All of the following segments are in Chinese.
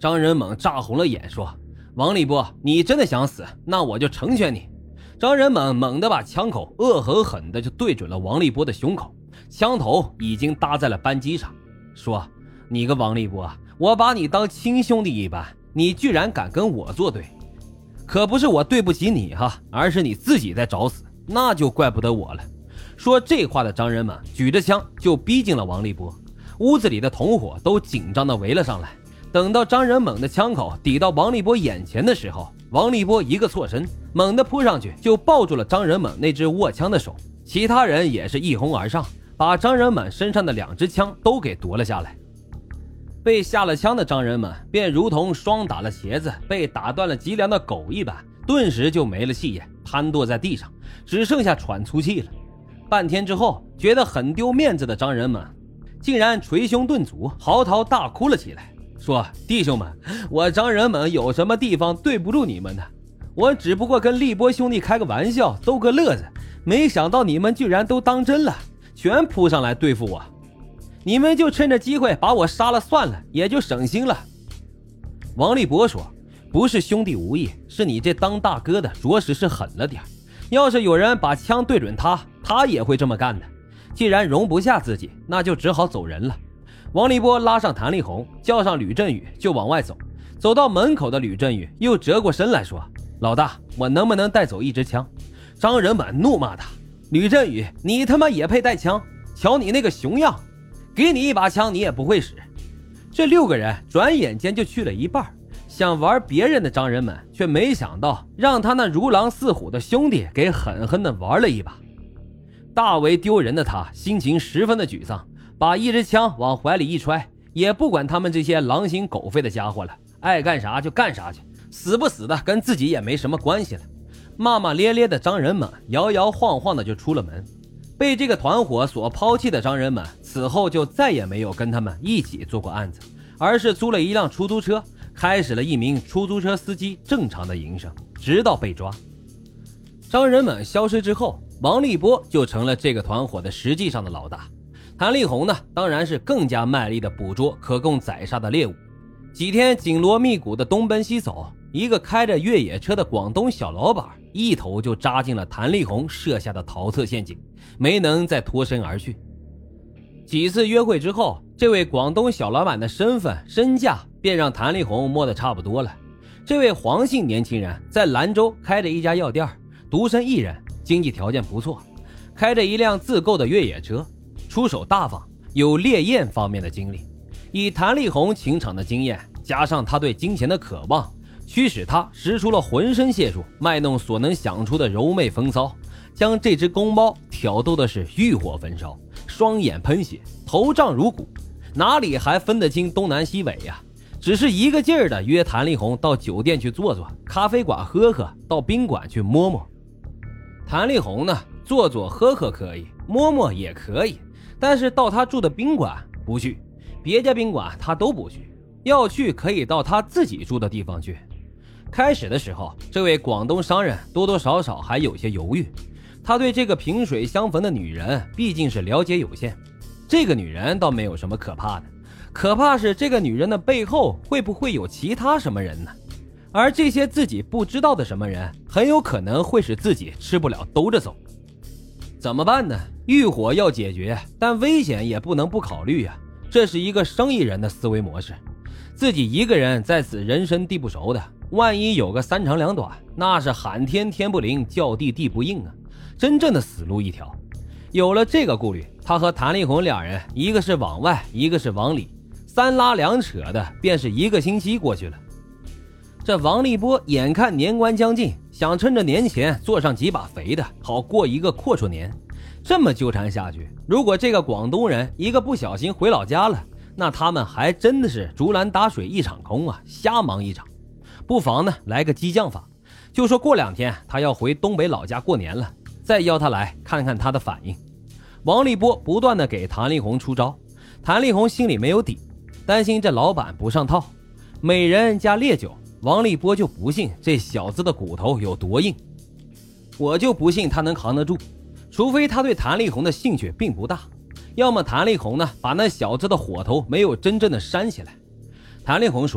张仁猛炸红了眼说，王立波，你真的想死，那我就成全你。张仁猛猛地把枪口恶狠狠地就对准了王立波的胸口，枪头已经搭在了扳机上，说，你个王立波，我把你当亲兄弟一般，你居然敢跟我作对，可不是我对不起你哈，而是你自己在找死，那就怪不得我了。说这话的张仁猛举着枪就逼近了王立波，屋子里的同伙都紧张地围了上来。等到张仁猛的枪口抵到王立波眼前的时候，王立波一个错身，猛地扑上去就抱住了张仁猛那只握枪的手，其他人也是一哄而上，把张仁猛身上的2支枪都给夺了下来。被下了枪的张仁猛便如同霜打了鞋子被打断了脊梁的狗一般，顿时就没了气焰，瘫坐在地上，只剩下喘粗气了。半天之后，觉得很丢面子的张仁猛竟然捶胸顿足，嚎啕大哭了起来，说，弟兄们，我张仁猛有什么地方对不住你们的？我只不过跟立波兄弟开个玩笑，逗个乐子，没想到你们居然都当真了，全扑上来对付我。你们就趁着机会把我杀了算了，也就省心了。王立波说，不是兄弟无意，是你这当大哥的着实是狠了点，要是有人把枪对准他，他也会这么干的。既然容不下自己，那就只好走人了。王立波拉上谭力宏，叫上吕振宇就往外走。走到门口的吕振宇又折过身来说，老大，我能不能带走1支枪？张仁猛怒骂他，吕振宇，你他妈也配带枪？瞧你那个熊样，给你1把枪你也不会使。这6个人转眼间就去了一半，想玩别人的张仁猛却没想到让他那如狼似虎的兄弟给狠狠地玩了一把。大为丢人的他心情十分的沮丧，把1支枪往怀里一揣，也不管他们这些狼心狗肺的家伙了，爱干啥就干啥去，死不死的跟自己也没什么关系了。骂骂咧咧的张仁猛摇摇晃晃的就出了门。被这个团伙所抛弃的张仁猛此后就再也没有跟他们一起做过案子，而是租了一辆出租车，开始了一名出租车司机正常的营生，直到被抓。张仁猛消失之后，王立波就成了这个团伙的实际上的老大。谭力宏呢，当然是更加卖力的捕捉可供宰杀的猎物。几天紧锣密鼓的东奔西走，一个开着越野车的广东小老板一头就扎进了谭力宏设下的桃色陷阱，没能再脱身而去。几次约会之后，这位广东小老板的身份身价便让谭力宏摸得差不多了。这位黄姓年轻人在兰州开着一家药店，独身一人，经济条件不错，开着一辆自购的越野车，出手大方，有猎艳方面的经历。以谭力宏情场的经验，加上他对金钱的渴望，驱使他使出了浑身解数，卖弄所能想出的柔媚风骚，将这只公猫挑逗的是欲火焚烧，双眼喷血，头胀如鼓，哪里还分得清东南西北呀？只是一个劲儿的约谭力宏到酒店去坐坐，咖啡馆喝喝，到宾馆去摸摸。谭力宏呢，坐坐喝喝可以，摸摸也可以，但是到他住的宾馆不去，别家宾馆他都不去，要去可以到他自己住的地方去。开始的时候，这位广东商人多多少少还有些犹豫，他对这个萍水相逢的女人毕竟是了解有限。这个女人倒没有什么可怕的，可怕是这个女人的背后会不会有其他什么人呢？而这些自己不知道的什么人，很有可能会使自己吃不了兜着走。怎么办呢？欲火要解决，但危险也不能不考虑呀。这是一个生意人的思维模式，自己一个人在此人生地不熟的，万一有个3长2短，那是喊天天不灵，叫地地不应啊，真正的死路一条。有了这个顾虑，他和谭力宏两人，一个是往外，一个是往里，3拉2扯的，便是1个星期过去了。这王立波眼看年关将近，想趁着年前做上几把肥的，好过一个阔绰年。这么纠缠下去，如果这个广东人一个不小心回老家了，那他们还真的是竹篮打水一场空啊，瞎忙一场。不妨呢来个激将法，就说过2天他要回东北老家过年了，再邀他来看看他的反应。王立波不断的给谭力宏出招，谭力宏心里没有底，担心这老板不上套，美人加烈酒，王立波就不信这小子的骨头有多硬。我就不信他能扛得住，除非他对谭力宏的兴趣并不大，要么谭力宏呢把那小子的火头没有真正的煽起来。谭力宏说，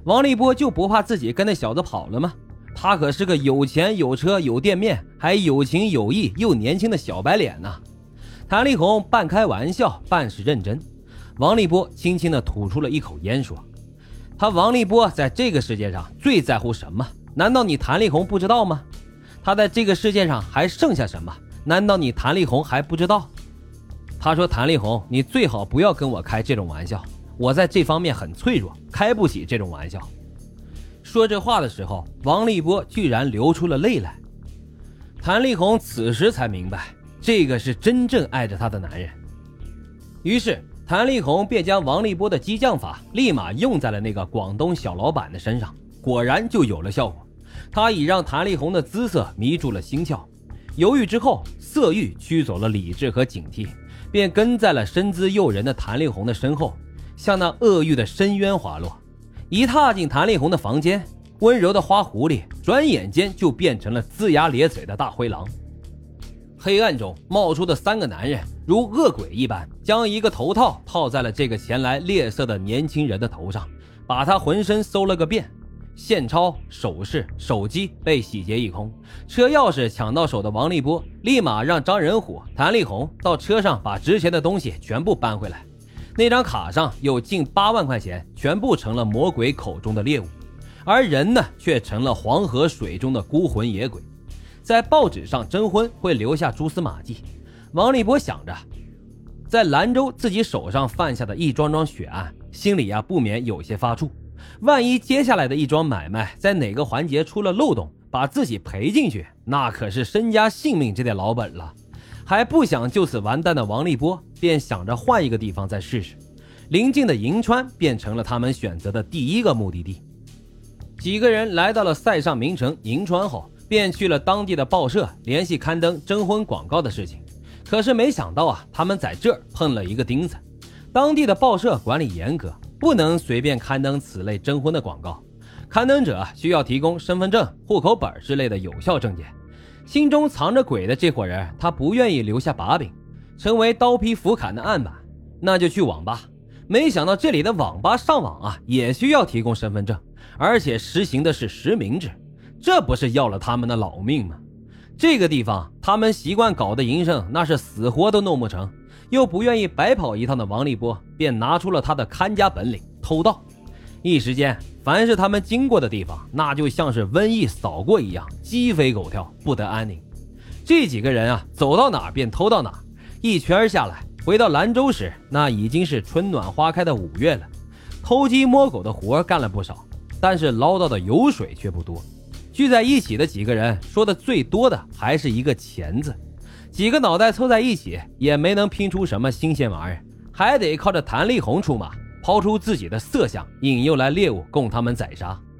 王立波就不怕自己跟那小子跑了吗？他可是个有钱有车有店面还有情有义又年轻的小白脸呐。谭力宏半开玩笑半是认真。王立波轻轻地吐出了一口烟说，他王立波在这个世界上最在乎什么？难道你谭力宏不知道吗？他在这个世界上还剩下什么？难道你谭力宏还不知道？他说，谭力宏，你最好不要跟我开这种玩笑，我在这方面很脆弱，开不起这种玩笑。说这话的时候，王立波居然流出了泪来。谭力宏此时才明白，这个是真正爱着他的男人。于是谭力宏便将王立波的激将法立马用在了那个广东小老板的身上，果然就有了效果。他已让谭力宏的姿色迷住了心窍，犹豫之后，色欲驱走了理智和警惕，便跟在了身姿诱人的谭力宏的身后，向那恶欲的深渊滑落。一踏进谭力宏的房间，温柔的花狐狸转眼间就变成了龇牙咧嘴的大灰狼。黑暗中冒出的3个男人如恶鬼一般，将一个头套套在了这个前来猎色的年轻人的头上，把他浑身搜了个遍。现钞、首饰、手机被洗劫一空，车钥匙抢到手的王立波立马让张仁虎、谭力宏到车上把值钱的东西全部搬回来。那张卡上有近8万块钱，全部成了魔鬼口中的猎物，而人呢，却成了黄河水中的孤魂野鬼。在报纸上征婚会留下蛛丝马迹，王立波想着，在兰州自己手上犯下的一桩桩血案，心里不免有些发怵。万一接下来的一桩买卖在哪个环节出了漏洞，把自己赔进去，那可是身家性命这点老本了。还不想就此完蛋的王立波便想着换一个地方再试试。临近的银川变成了他们选择的第一个目的地。几个人来到了塞上名城银川后，便去了当地的报社联系刊登征婚广告的事情。可是没想到他们在这儿碰了一个钉子。当地的报社管理严格，不能随便刊登此类征婚的广告，刊登者需要提供身份证、户口本之类的有效证件。心中藏着鬼的这伙人，他不愿意留下把柄，成为刀劈斧砍的案板，那就去网吧。没想到这里的网吧上网也需要提供身份证，而且实行的是实名制，这不是要了他们的老命吗？这个地方他们习惯搞的营生，那是死活都弄不成，又不愿意白跑一趟的王立波便拿出了他的看家本领——偷盗。一时间，凡是他们经过的地方，那就像是瘟疫扫过一样，鸡飞狗跳，不得安宁。这几个人走到哪儿便偷到哪儿。一圈下来，回到兰州时，那已经是春暖花开的5月了。偷鸡摸狗的活干了不少，但是捞到的油水却不多。聚在一起的几个人说的最多的还是一个钱字，几个脑袋凑在一起也没能拼出什么新鲜玩意儿，还得靠着谭力宏出马，抛出自己的色相，引诱来猎物供他们宰杀。